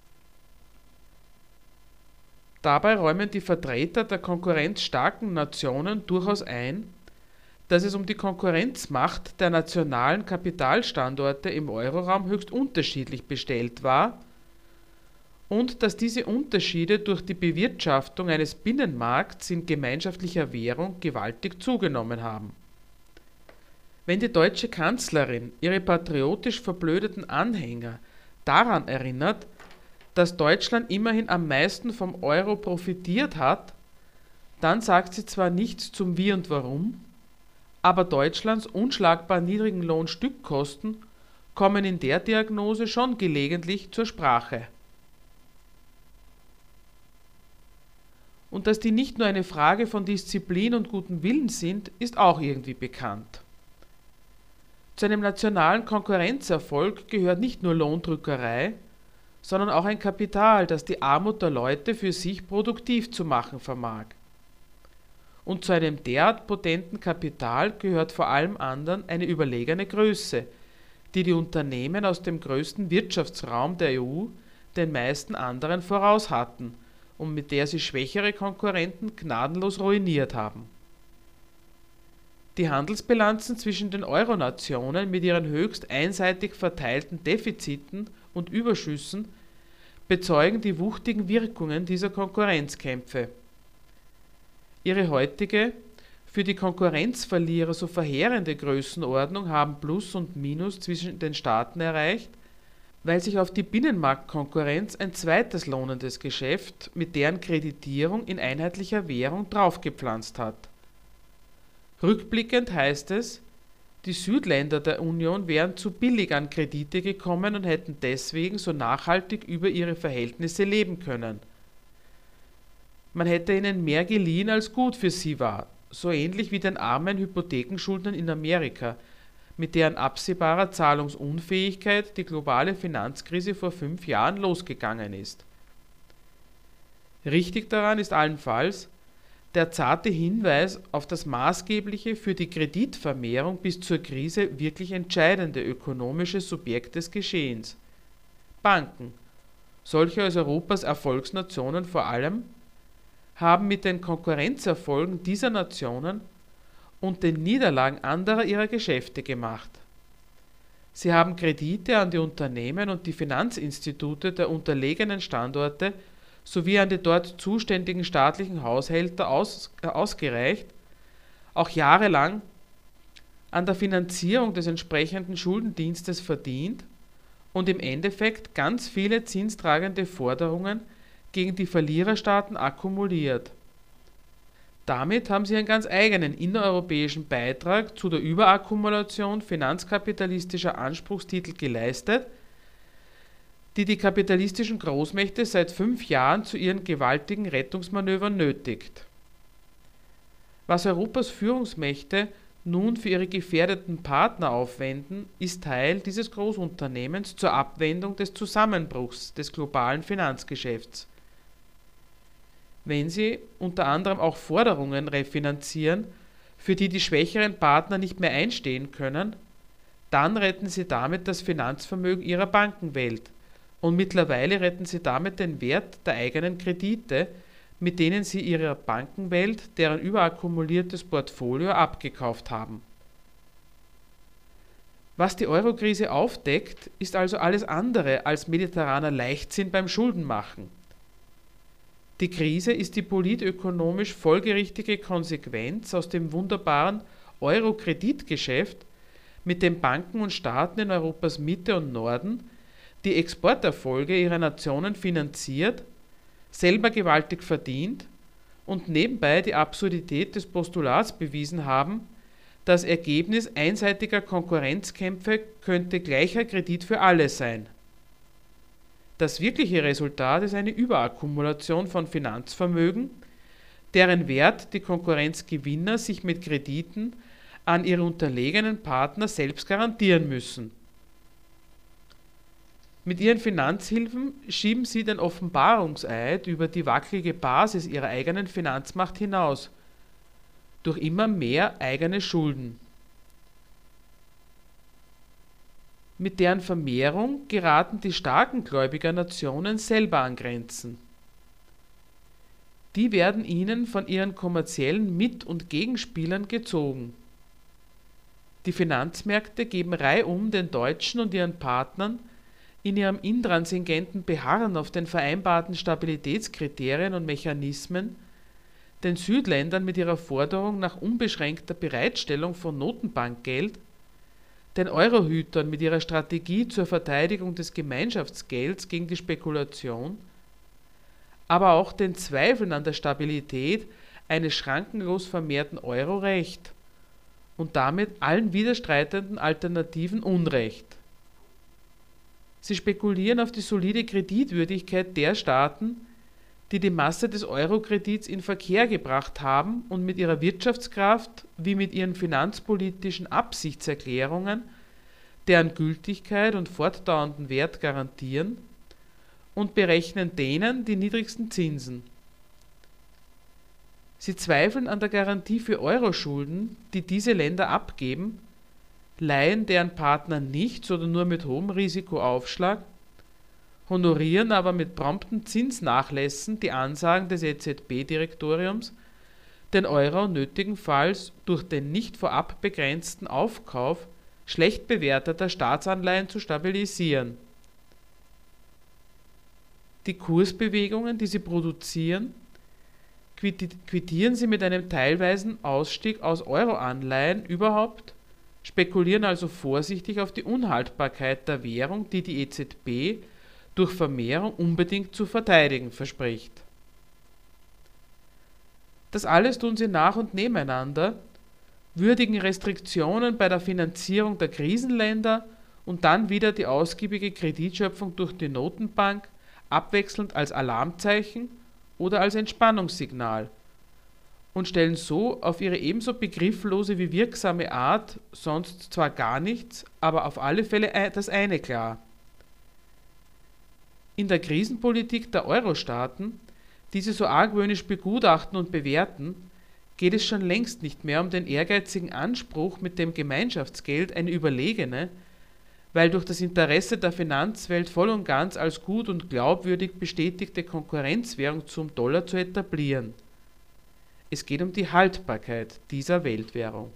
Dabei räumen die Vertreter der konkurrenzstarken Nationen durchaus ein, dass es um die Konkurrenzmacht der nationalen Kapitalstandorte im Euroraum höchst unterschiedlich bestellt war und dass diese Unterschiede durch die Bewirtschaftung eines Binnenmarkts in gemeinschaftlicher Währung gewaltig zugenommen haben. Wenn die deutsche Kanzlerin ihre patriotisch verblödeten Anhänger daran erinnert, dass Deutschland immerhin am meisten vom Euro profitiert hat, dann sagt sie zwar nichts zum Wie und Warum, aber Deutschlands unschlagbar niedrigen Lohnstückkosten kommen in der Diagnose schon gelegentlich zur Sprache. Und dass die nicht nur eine Frage von Disziplin und gutem Willen sind, ist auch irgendwie bekannt. Zu einem nationalen Konkurrenzerfolg gehört nicht nur Lohndrückerei, sondern auch ein Kapital, das die Armut der Leute für sich produktiv zu machen vermag. Und zu einem derart potenten Kapital gehört vor allem anderen eine überlegene Größe, die die Unternehmen aus dem größten Wirtschaftsraum der E U den meisten anderen voraus hatten und mit der sie schwächere Konkurrenten gnadenlos ruiniert haben. Die Handelsbilanzen zwischen den Euronationen mit ihren höchst einseitig verteilten Defiziten und Überschüssen bezeugen die wuchtigen Wirkungen dieser Konkurrenzkämpfe. Ihre heutige, für die Konkurrenzverlierer so verheerende Größenordnung haben Plus und Minus zwischen den Staaten erreicht, weil sich auf die Binnenmarktkonkurrenz ein zweites lohnendes Geschäft mit deren Kreditierung in einheitlicher Währung draufgepflanzt hat. Rückblickend heißt es, die Südländer der Union wären zu billig an Kredite gekommen und hätten deswegen so nachhaltig über ihre Verhältnisse leben können. Man hätte ihnen mehr geliehen, als gut für sie war, so ähnlich wie den armen Hypothekenschuldnern in Amerika, mit deren absehbarer Zahlungsunfähigkeit die globale Finanzkrise vor fünf Jahren losgegangen ist. Richtig daran ist allenfalls, der zarte Hinweis auf das maßgebliche für die Kreditvermehrung bis zur Krise wirklich entscheidende ökonomische Subjekt des Geschehens: Banken. Solche als Europas Erfolgsnationen vor allem haben mit den Konkurrenzerfolgen dieser Nationen und den Niederlagen anderer ihrer Geschäfte gemacht. Sie haben Kredite an die Unternehmen und die Finanzinstitute der unterlegenen Standorte sowie an die dort zuständigen staatlichen Haushälter aus, äh, ausgereicht, auch jahrelang an der Finanzierung des entsprechenden Schuldendienstes verdient und im Endeffekt ganz viele zinstragende Forderungen gegen die Verliererstaaten akkumuliert. Damit haben sie einen ganz eigenen innereuropäischen Beitrag zu der Überakkumulation finanzkapitalistischer Anspruchstitel geleistet, die die kapitalistischen Großmächte seit fünf Jahren zu ihren gewaltigen Rettungsmanövern nötigt. Was Europas Führungsmächte nun für ihre gefährdeten Partner aufwenden, ist Teil dieses Großunternehmens zur Abwendung des Zusammenbruchs des globalen Finanzgeschäfts. Wenn sie unter anderem auch Forderungen refinanzieren, für die die schwächeren Partner nicht mehr einstehen können, dann retten sie damit das Finanzvermögen ihrer Bankenwelt und mittlerweile retten sie damit den Wert der eigenen Kredite, mit denen sie ihrer Bankenwelt deren überakkumuliertes Portfolio abgekauft haben. Was die Eurokrise aufdeckt, ist also alles andere als mediterraner Leichtsinn beim Schuldenmachen. Die Krise ist die politökonomisch folgerichtige Konsequenz aus dem wunderbaren Euro-Kreditgeschäft, mit dem Banken und Staaten in Europas Mitte und Norden die Exporterfolge ihrer Nationen finanziert, selber gewaltig verdient und nebenbei die Absurdität des Postulats bewiesen haben, das Ergebnis einseitiger Konkurrenzkämpfe könnte gleicher Kredit für alle sein. Das wirkliche Resultat ist eine Überakkumulation von Finanzvermögen, deren Wert die Konkurrenzgewinner sich mit Krediten an ihre unterlegenen Partner selbst garantieren müssen. Mit ihren Finanzhilfen schieben sie den Offenbarungseid über die wackelige Basis ihrer eigenen Finanzmacht hinaus, durch immer mehr eigene Schulden. Mit deren Vermehrung geraten die starken Gläubigernationen selber an Grenzen. Die werden ihnen von ihren kommerziellen Mit- und Gegenspielern gezogen. Die Finanzmärkte geben reihum den Deutschen und ihren Partnern in ihrem intransigenten Beharren auf den vereinbarten Stabilitätskriterien und Mechanismen, den Südländern mit ihrer Forderung nach unbeschränkter Bereitstellung von Notenbankgeld, den Eurohütern mit ihrer Strategie zur Verteidigung des Gemeinschaftsgelds gegen die Spekulation, aber auch den Zweifeln an der Stabilität eines schrankenlos vermehrten Euro recht und damit allen widerstreitenden Alternativen Unrecht. Sie spekulieren auf die solide Kreditwürdigkeit der Staaten, die die Masse des Eurokredits in Verkehr gebracht haben und mit ihrer Wirtschaftskraft wie mit ihren finanzpolitischen Absichtserklärungen deren Gültigkeit und fortdauernden Wert garantieren und berechnen denen die niedrigsten Zinsen. Sie zweifeln an der Garantie für Euroschulden, die diese Länder abgeben, leihen deren Partner nichts oder nur mit hohem Risikoaufschlag, honorieren aber mit prompten Zinsnachlässen die Ansagen des E Z B-Direktoriums, den Euro nötigenfalls durch den nicht vorab begrenzten Aufkauf schlecht bewerteter Staatsanleihen zu stabilisieren. Die Kursbewegungen, die sie produzieren, quittieren sie mit einem teilweisen Ausstieg aus Euroanleihen überhaupt, spekulieren also vorsichtig auf die Unhaltbarkeit der Währung, die die E Z B durch Vermehrung unbedingt zu verteidigen verspricht. Das alles tun sie nach und nebeneinander, würdigen Restriktionen bei der Finanzierung der Krisenländer und dann wieder die ausgiebige Kreditschöpfung durch die Notenbank, abwechselnd als Alarmzeichen oder als Entspannungssignal, und stellen so auf ihre ebenso begrifflose wie wirksame Art sonst zwar gar nichts, aber auf alle Fälle das eine klar: In der Krisenpolitik der Euro-Staaten, diese so argwöhnisch begutachten und bewerten, geht es schon längst nicht mehr um den ehrgeizigen Anspruch, mit dem Gemeinschaftsgeld eine überlegene, weil durch das Interesse der Finanzwelt voll und ganz als gut und glaubwürdig bestätigte Konkurrenzwährung zum Dollar zu etablieren. Es geht um die Haltbarkeit dieser Weltwährung.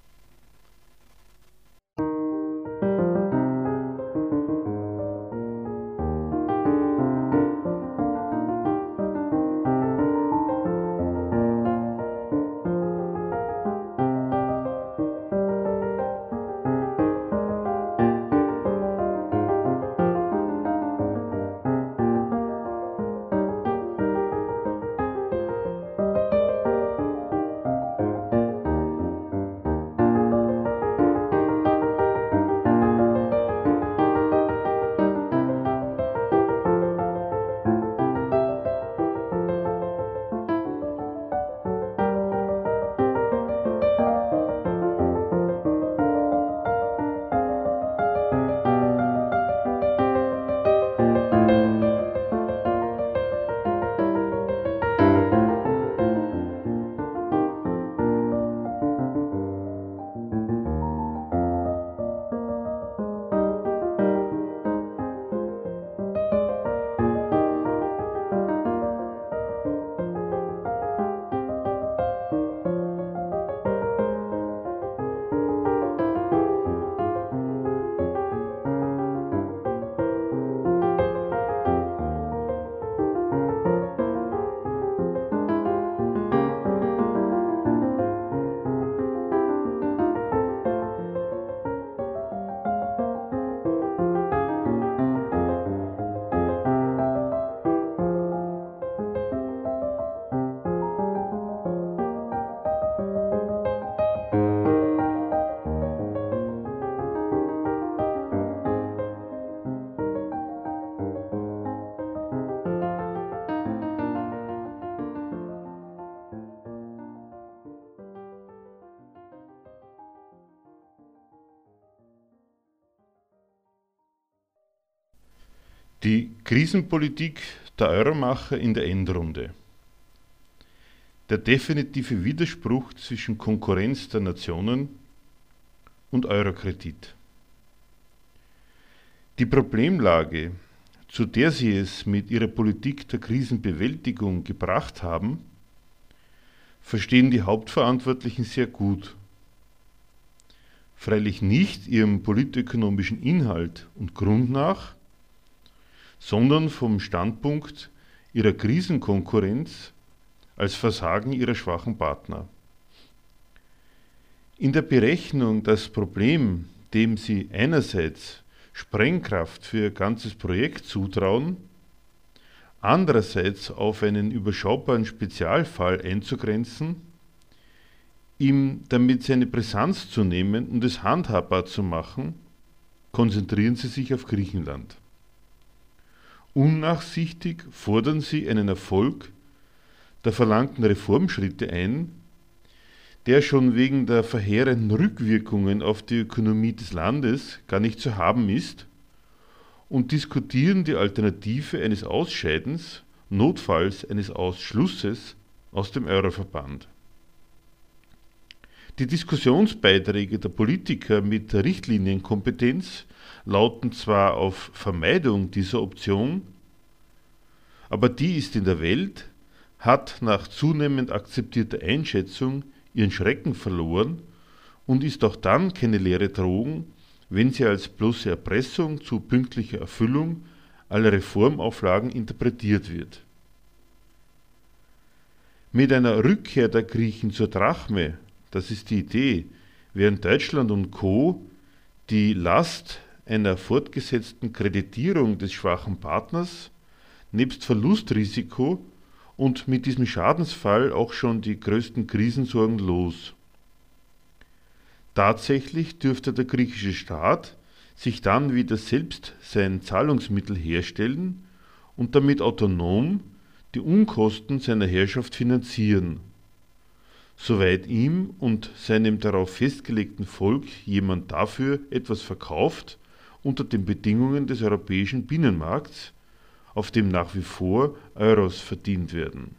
Die Krisenpolitik der Euromacher in der Endrunde. Der definitive Widerspruch zwischen Konkurrenz der Nationen und Eurokredit. Die Problemlage, zu der sie es mit ihrer Politik der Krisenbewältigung gebracht haben, verstehen die Hauptverantwortlichen sehr gut. Freilich nicht ihrem politökonomischen Inhalt und Grund nach, sondern vom Standpunkt ihrer Krisenkonkurrenz als Versagen ihrer schwachen Partner. In der Berechnung das Problem, dem sie einerseits Sprengkraft für ihr ganzes Projekt zutrauen, andererseits auf einen überschaubaren Spezialfall einzugrenzen, ihm damit seine Brisanz zu nehmen und es handhabbar zu machen, konzentrieren sie sich auf Griechenland. Unnachsichtig fordern sie einen Erfolg der verlangten Reformschritte ein, der schon wegen der verheerenden Rückwirkungen auf die Ökonomie des Landes gar nicht zu haben ist, und diskutieren die Alternative eines Ausscheidens, notfalls eines Ausschlusses aus dem Euroverband. Die Diskussionsbeiträge der Politiker mit der Richtlinienkompetenz lauten zwar auf Vermeidung dieser Option, aber die ist in der Welt, hat nach zunehmend akzeptierter Einschätzung ihren Schrecken verloren und ist auch dann keine leere Drohung, wenn sie als bloße Erpressung zu pünktlicher Erfüllung aller Reformauflagen interpretiert wird. Mit einer Rückkehr der Griechen zur Drachme, das ist die Idee, während Deutschland und Co. die Last einer fortgesetzten Kreditierung des schwachen Partners nebst Verlustrisiko und mit diesem Schadensfall auch schon die größten Krisensorgen los. Tatsächlich dürfte der griechische Staat sich dann wieder selbst sein Zahlungsmittel herstellen und damit autonom die Unkosten seiner Herrschaft finanzieren, soweit ihm und seinem darauf festgelegten Volk jemand dafür etwas verkauft unter den Bedingungen des europäischen Binnenmarkts, auf dem nach wie vor Euros verdient werden.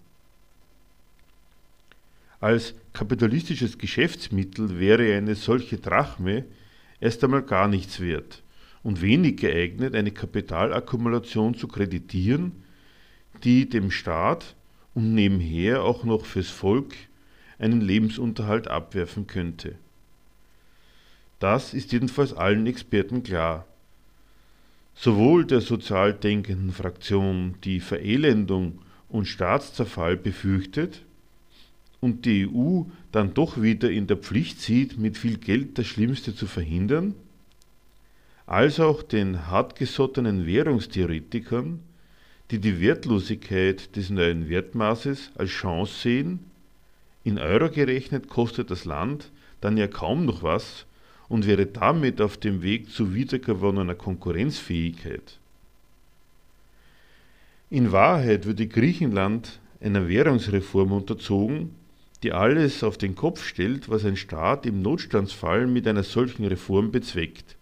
Als kapitalistisches Geschäftsmittel wäre eine solche Drachme erst einmal gar nichts wert und wenig geeignet, eine Kapitalakkumulation zu kreditieren, die dem Staat und nebenher auch noch fürs Volk einen Lebensunterhalt abwerfen könnte. Das ist jedenfalls allen Experten klar. Sowohl der sozial denkenden Fraktion, die Verelendung und Staatszerfall befürchtet und die E U dann doch wieder in der Pflicht sieht, mit viel Geld das Schlimmste zu verhindern, als auch den hartgesottenen Währungstheoretikern, die die Wertlosigkeit des neuen Wertmaßes als Chance sehen. In Euro gerechnet kostet das Land dann ja kaum noch was und wäre damit auf dem Weg zu wiedergewonnener Konkurrenzfähigkeit. In Wahrheit würde Griechenland einer Währungsreform unterzogen, die alles auf den Kopf stellt, was ein Staat im Notstandsfall mit einer solchen Reform bezweckt.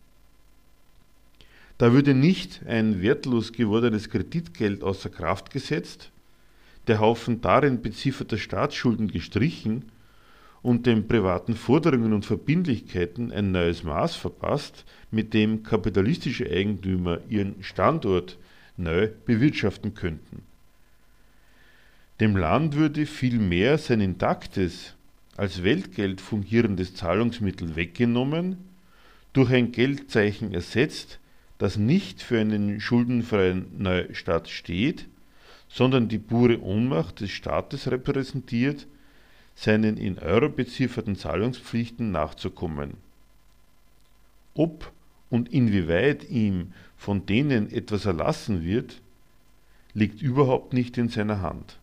Da würde nicht ein wertlos gewordenes Kreditgeld außer Kraft gesetzt, der Haufen darin bezifferter Staatsschulden gestrichen und den privaten Forderungen und Verbindlichkeiten ein neues Maß verpasst, mit dem kapitalistische Eigentümer ihren Standort neu bewirtschaften könnten. Dem Land würde vielmehr sein intaktes, als Weltgeld fungierendes Zahlungsmittel weggenommen, durch ein Geldzeichen ersetzt, das nicht für einen schuldenfreien Neustaat steht, sondern die pure Ohnmacht des Staates repräsentiert, seinen in Euro bezifferten Zahlungspflichten nachzukommen. Ob und inwieweit ihm von denen etwas erlassen wird, liegt überhaupt nicht in seiner Hand.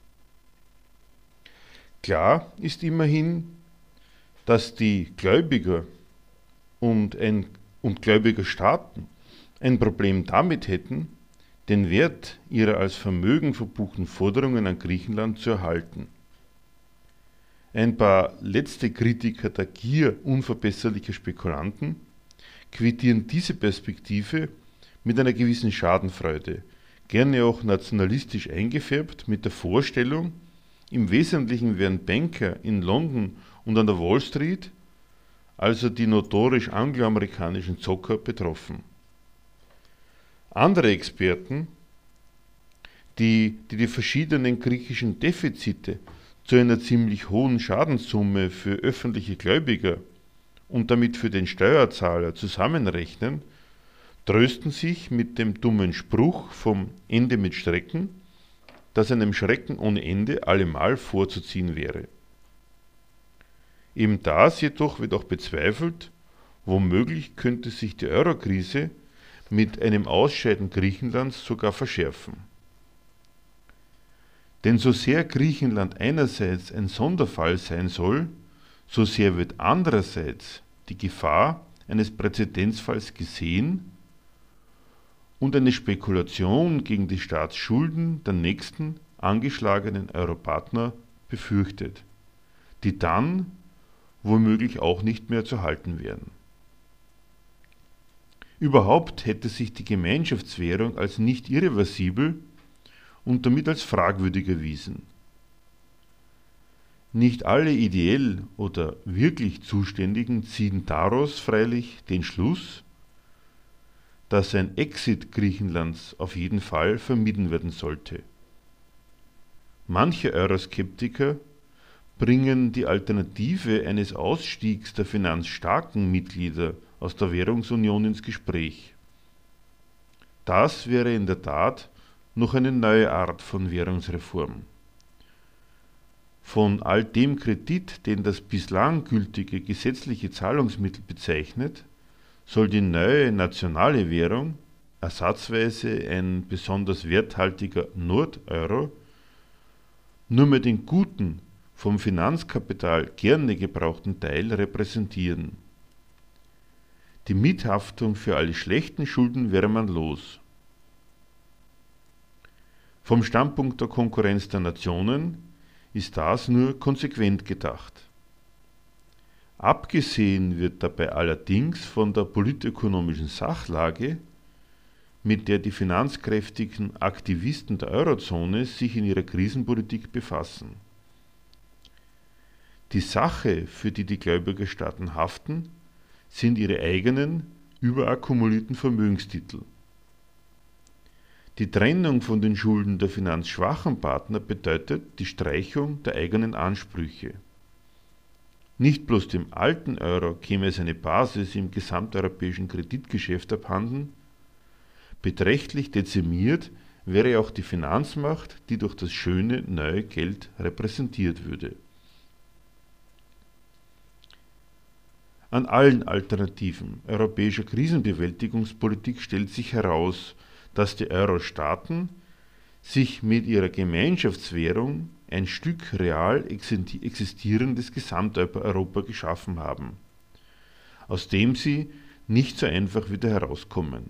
Klar ist immerhin, dass die Gläubiger und, ein, und Gläubigerstaaten ein Problem damit hätten, den Wert ihrer als Vermögen verbuchten Forderungen an Griechenland zu erhalten. Ein paar letzte Kritiker der Gier unverbesserlicher Spekulanten quittieren diese Perspektive mit einer gewissen Schadenfreude, gerne auch nationalistisch eingefärbt, mit der Vorstellung, im Wesentlichen wären Banker in London und an der Wall Street, also die notorisch angloamerikanischen Zocker, betroffen. Andere Experten, die, die die verschiedenen griechischen Defizite zu einer ziemlich hohen Schadenssumme für öffentliche Gläubiger und damit für den Steuerzahler zusammenrechnen, trösten sich mit dem dummen Spruch vom Ende mit Schrecken, dass einem Schrecken ohne Ende allemal vorzuziehen wäre. Eben das jedoch wird auch bezweifelt, womöglich könnte sich die Eurokrise mit einem Ausscheiden Griechenlands sogar verschärfen. Denn so sehr Griechenland einerseits ein Sonderfall sein soll, so sehr wird andererseits die Gefahr eines Präzedenzfalls gesehen und eine Spekulation gegen die Staatsschulden der nächsten angeschlagenen Europartner befürchtet, die dann womöglich auch nicht mehr zu halten wären. Überhaupt hätte sich die Gemeinschaftswährung als nicht irreversibel und damit als fragwürdig erwiesen. Nicht alle ideell oder wirklich Zuständigen ziehen daraus freilich den Schluss, dass ein Exit Griechenlands auf jeden Fall vermieden werden sollte. Manche Euroskeptiker bringen die Alternative eines Ausstiegs der finanzstarken Mitglieder aus der Währungsunion ins Gespräch. Das wäre in der Tat noch eine neue Art von Währungsreform. Von all dem Kredit, den das bislang gültige gesetzliche Zahlungsmittel bezeichnet, soll die neue nationale Währung, ersatzweise ein besonders werthaltiger Nord-Euro, nur mehr den guten, vom Finanzkapital gerne gebrauchten Teil repräsentieren. Die Mithaftung für alle schlechten Schulden wäre man los. Vom Standpunkt der Konkurrenz der Nationen ist das nur konsequent gedacht. Abgesehen wird dabei allerdings von der politökonomischen Sachlage, mit der die finanzkräftigen Aktivisten der Eurozone sich in ihrer Krisenpolitik befassen. Die Sache, für die die Gläubigerstaaten haften, sind ihre eigenen, überakkumulierten Vermögenstitel. Die Trennung von den Schulden der finanzschwachen Partner bedeutet die Streichung der eigenen Ansprüche. Nicht bloß dem alten Euro käme es eine Basis im gesamteuropäischen Kreditgeschäft abhanden, beträchtlich dezimiert wäre auch die Finanzmacht, die durch das schöne neue Geld repräsentiert würde. An allen Alternativen europäischer Krisenbewältigungspolitik stellt sich heraus, dass die Euro-Staaten sich mit ihrer Gemeinschaftswährung ein Stück real existierendes Gesamteuropa geschaffen haben, aus dem sie nicht so einfach wieder herauskommen.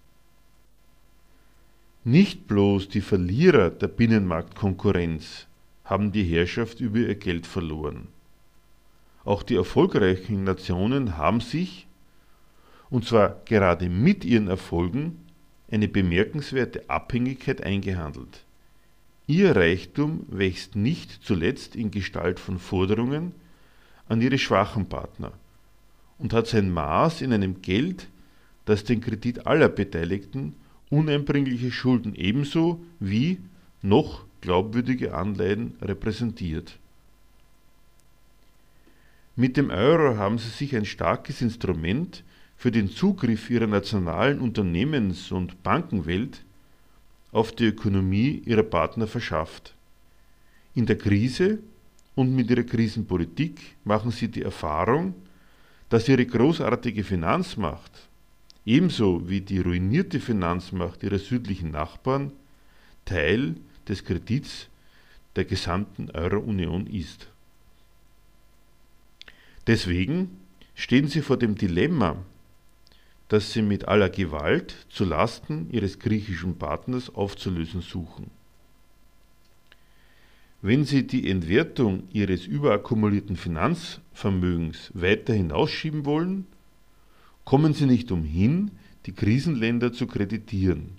Nicht bloß die Verlierer der Binnenmarktkonkurrenz haben die Herrschaft über ihr Geld verloren. Auch die erfolgreichen Nationen haben sich, und zwar gerade mit ihren Erfolgen, eine bemerkenswerte Abhängigkeit eingehandelt. Ihr Reichtum wächst nicht zuletzt in Gestalt von Forderungen an ihre schwachen Partner und hat sein Maß in einem Geld, das den Kredit aller Beteiligten uneinbringliche Schulden ebenso wie noch glaubwürdige Anleihen repräsentiert. Mit dem Euro haben sie sich ein starkes Instrument für den Zugriff ihrer nationalen Unternehmens- und Bankenwelt auf die Ökonomie ihrer Partner verschafft. In der Krise und mit ihrer Krisenpolitik machen sie die Erfahrung, dass ihre großartige Finanzmacht, ebenso wie die ruinierte Finanzmacht ihrer südlichen Nachbarn, Teil des Kredits der gesamten Euro-Union ist. Deswegen stehen sie vor dem Dilemma, das sie mit aller Gewalt zu Lasten ihres griechischen Partners aufzulösen suchen. Wenn sie die Entwertung ihres überakkumulierten Finanzvermögens weiter hinausschieben wollen, kommen sie nicht umhin, die Krisenländer zu kreditieren.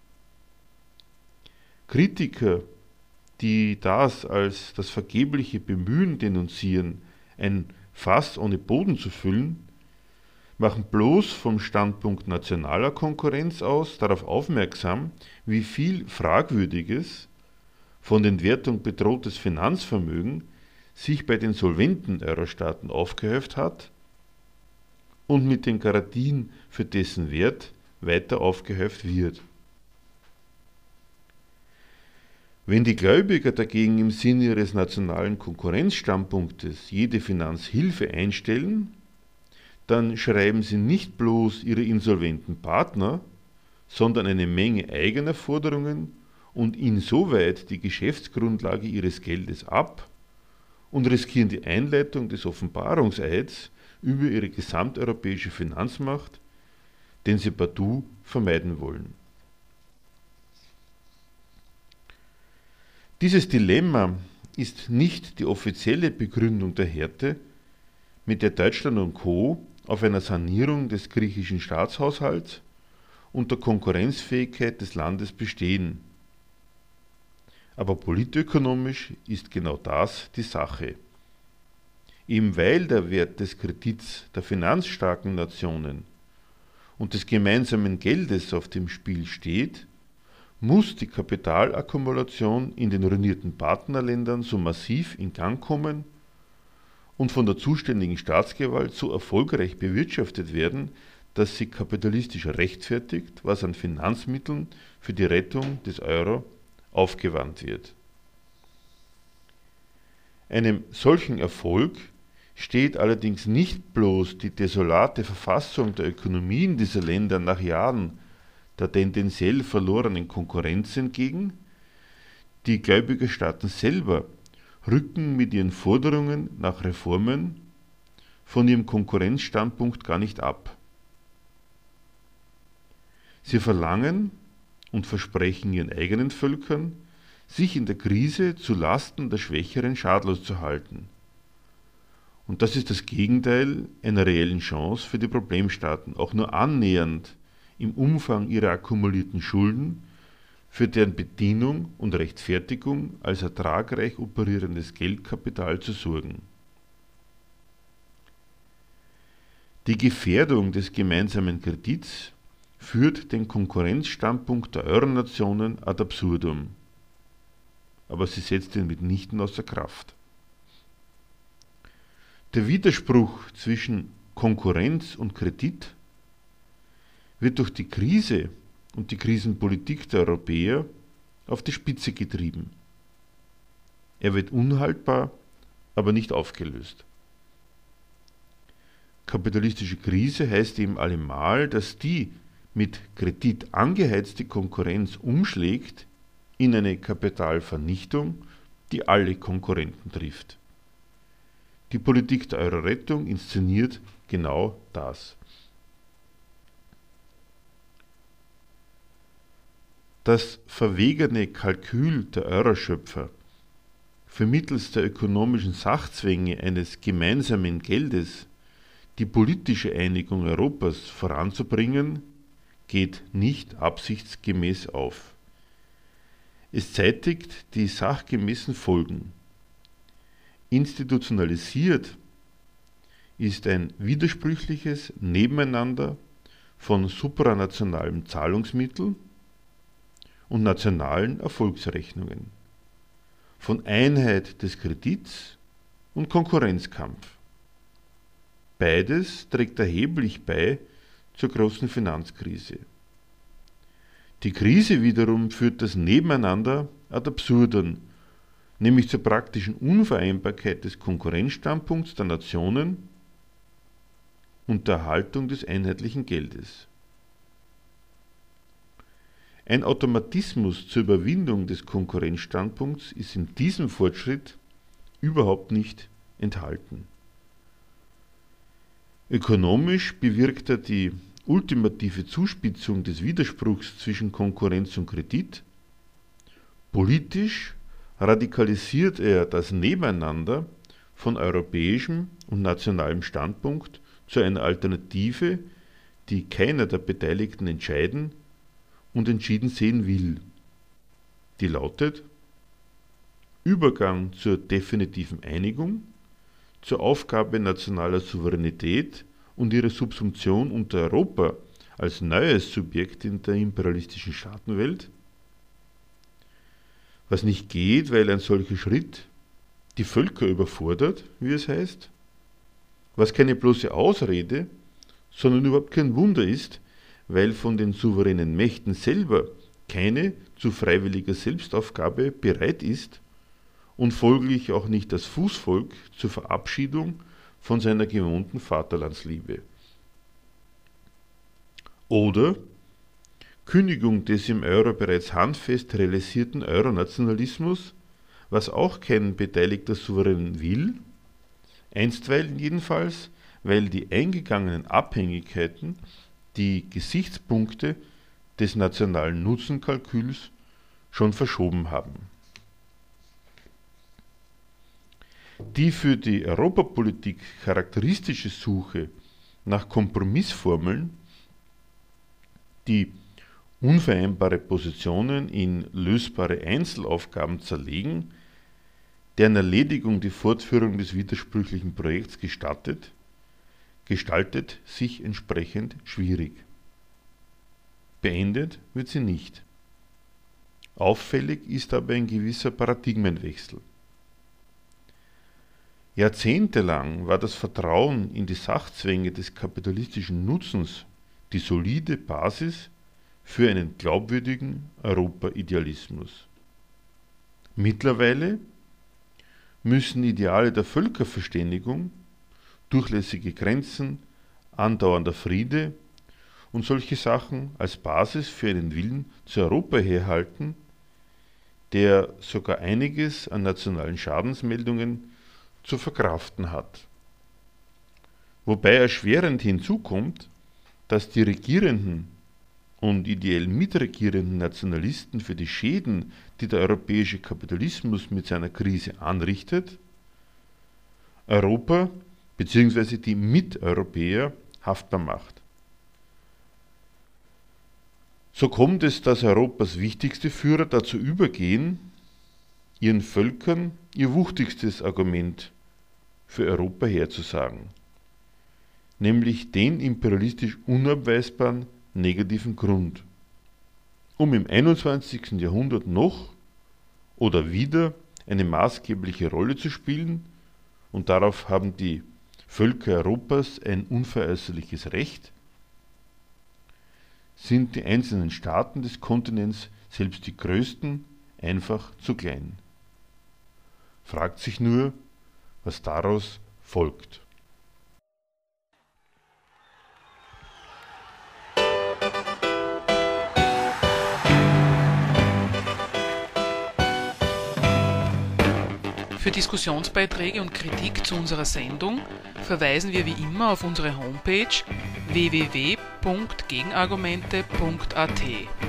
Kritiker, die das als das vergebliche Bemühen denunzieren, ein Fass ohne Boden zu füllen, machen bloß vom Standpunkt nationaler Konkurrenz aus darauf aufmerksam, wie viel fragwürdiges, von der Entwertung bedrohtes Finanzvermögen sich bei den solventen Euro-Staaten aufgehäuft hat und mit den Garantien für dessen Wert weiter aufgehäuft wird. Wenn die Gläubiger dagegen im Sinne ihres nationalen Konkurrenzstandpunktes jede Finanzhilfe einstellen, dann schreiben sie nicht bloß ihre insolventen Partner, sondern eine Menge eigener Forderungen und insoweit die Geschäftsgrundlage ihres Geldes ab und riskieren die Einleitung des Offenbarungseids über ihre gesamteuropäische Finanzmacht, den sie partout vermeiden wollen. Dieses Dilemma ist nicht die offizielle Begründung der Härte, mit der Deutschland und Co. auf einer Sanierung des griechischen Staatshaushalts und der Konkurrenzfähigkeit des Landes bestehen. Aber politökonomisch ist genau das die Sache. Eben weil der Wert des Kredits der finanzstarken Nationen und des gemeinsamen Geldes auf dem Spiel steht, muss die Kapitalakkumulation in den ruinierten Partnerländern so massiv in Gang kommen und von der zuständigen Staatsgewalt so erfolgreich bewirtschaftet werden, dass sie kapitalistisch rechtfertigt, was an Finanzmitteln für die Rettung des Euro aufgewandt wird. Einem solchen Erfolg steht allerdings nicht bloß die desolate Verfassung der Ökonomien dieser Länder nach Jahren der tendenziell verlorenen Konkurrenz entgegen, die Gläubigerstaaten selber rücken mit ihren Forderungen nach Reformen von ihrem Konkurrenzstandpunkt gar nicht ab. Sie verlangen und versprechen ihren eigenen Völkern, sich in der Krise zu Lasten der Schwächeren schadlos zu halten. Und das ist das Gegenteil einer reellen Chance für die Problemstaaten, auch nur annähernd im Umfang ihrer akkumulierten Schulden für deren Bedienung und Rechtfertigung als ertragreich operierendes Geldkapital zu sorgen. Die Gefährdung des gemeinsamen Kredits führt den Konkurrenzstandpunkt der Euronationen ad absurdum, aber sie setzt ihn mitnichten außer Kraft. Der Widerspruch zwischen Konkurrenz und Kredit wird durch die Krise und die Krisenpolitik der Europäer auf die Spitze getrieben. Er wird unhaltbar, aber nicht aufgelöst. Kapitalistische Krise heißt eben allemal, dass die mit Kredit angeheizte Konkurrenz umschlägt in eine Kapitalvernichtung, die alle Konkurrenten trifft. Die Politik der Euro-Rettung inszeniert genau das. Das verwegene Kalkül der Euroschöpfer, vermittels der ökonomischen Sachzwänge eines gemeinsamen Geldes die politische Einigung Europas voranzubringen, geht nicht absichtsgemäß auf. Es zeitigt die sachgemäßen Folgen. Institutionalisiert ist ein widersprüchliches Nebeneinander von supranationalen Zahlungsmitteln und nationalen Erfolgsrechnungen, von Einheit des Kredits und Konkurrenzkampf. Beides trägt erheblich bei zur großen Finanzkrise. Die Krise wiederum führt das Nebeneinander ad absurdum, nämlich zur praktischen Unvereinbarkeit des Konkurrenzstandpunkts der Nationen und der Erhaltung des einheitlichen Geldes. Ein Automatismus zur Überwindung des Konkurrenzstandpunkts ist in diesem Fortschritt überhaupt nicht enthalten. Ökonomisch bewirkt er die ultimative Zuspitzung des Widerspruchs zwischen Konkurrenz und Kredit. Politisch radikalisiert er das Nebeneinander von europäischem und nationalem Standpunkt zu einer Alternative, die keiner der Beteiligten entscheiden und entschieden sehen will. Die lautet: Übergang zur definitiven Einigung, zur Aufgabe nationaler Souveränität und ihre Subsumption unter Europa als neues Subjekt in der imperialistischen Staatenwelt, was nicht geht, weil ein solcher Schritt die Völker überfordert, wie es heißt, was keine bloße Ausrede, sondern überhaupt kein Wunder ist, weil von den souveränen Mächten selber keine zu freiwilliger Selbstaufgabe bereit ist und folglich auch nicht das Fußvolk zur Verabschiedung von seiner gewohnten Vaterlandsliebe. Oder Kündigung des im Euro bereits handfest realisierten Euronationalismus, was auch kein beteiligter Souverän will, einstweilen jedenfalls, weil die eingegangenen Abhängigkeiten die Gesichtspunkte des nationalen Nutzenkalküls schon verschoben haben. Die für die Europapolitik charakteristische Suche nach Kompromissformeln, die unvereinbare Positionen in lösbare Einzelaufgaben zerlegen, deren Erledigung die Fortführung des widersprüchlichen Projekts gestattet, gestaltet sich entsprechend schwierig. Beendet wird sie nicht. Auffällig ist aber ein gewisser Paradigmenwechsel. Jahrzehntelang war das Vertrauen in die Sachzwänge des kapitalistischen Nutzens die solide Basis für einen glaubwürdigen Europa-Idealismus. Mittlerweile müssen Ideale der Völkerverständigung, durchlässige Grenzen, andauernder Friede und solche Sachen als Basis für einen Willen zu Europa herhalten, der sogar einiges an nationalen Schadensmeldungen zu verkraften hat. Wobei erschwerend hinzukommt, dass die regierenden und ideell mitregierenden Nationalisten für die Schäden, die der europäische Kapitalismus mit seiner Krise anrichtet, Europa bzw. die Miteuropäer haftbar macht. So kommt es, dass Europas wichtigste Führer dazu übergehen, ihren Völkern ihr wuchtigstes Argument für Europa herzusagen, nämlich den imperialistisch unabweisbaren negativen Grund, um im einundzwanzigsten Jahrhundert noch oder wieder eine maßgebliche Rolle zu spielen, und darauf haben die Völker Europas ein unveräußerliches Recht, sind die einzelnen Staaten des Kontinents, selbst die größten, einfach zu klein. Fragt sich nur, was daraus folgt. Für Diskussionsbeiträge und Kritik zu unserer Sendung verweisen wir wie immer auf unsere Homepage w w w punkt gegenargumente punkt a t.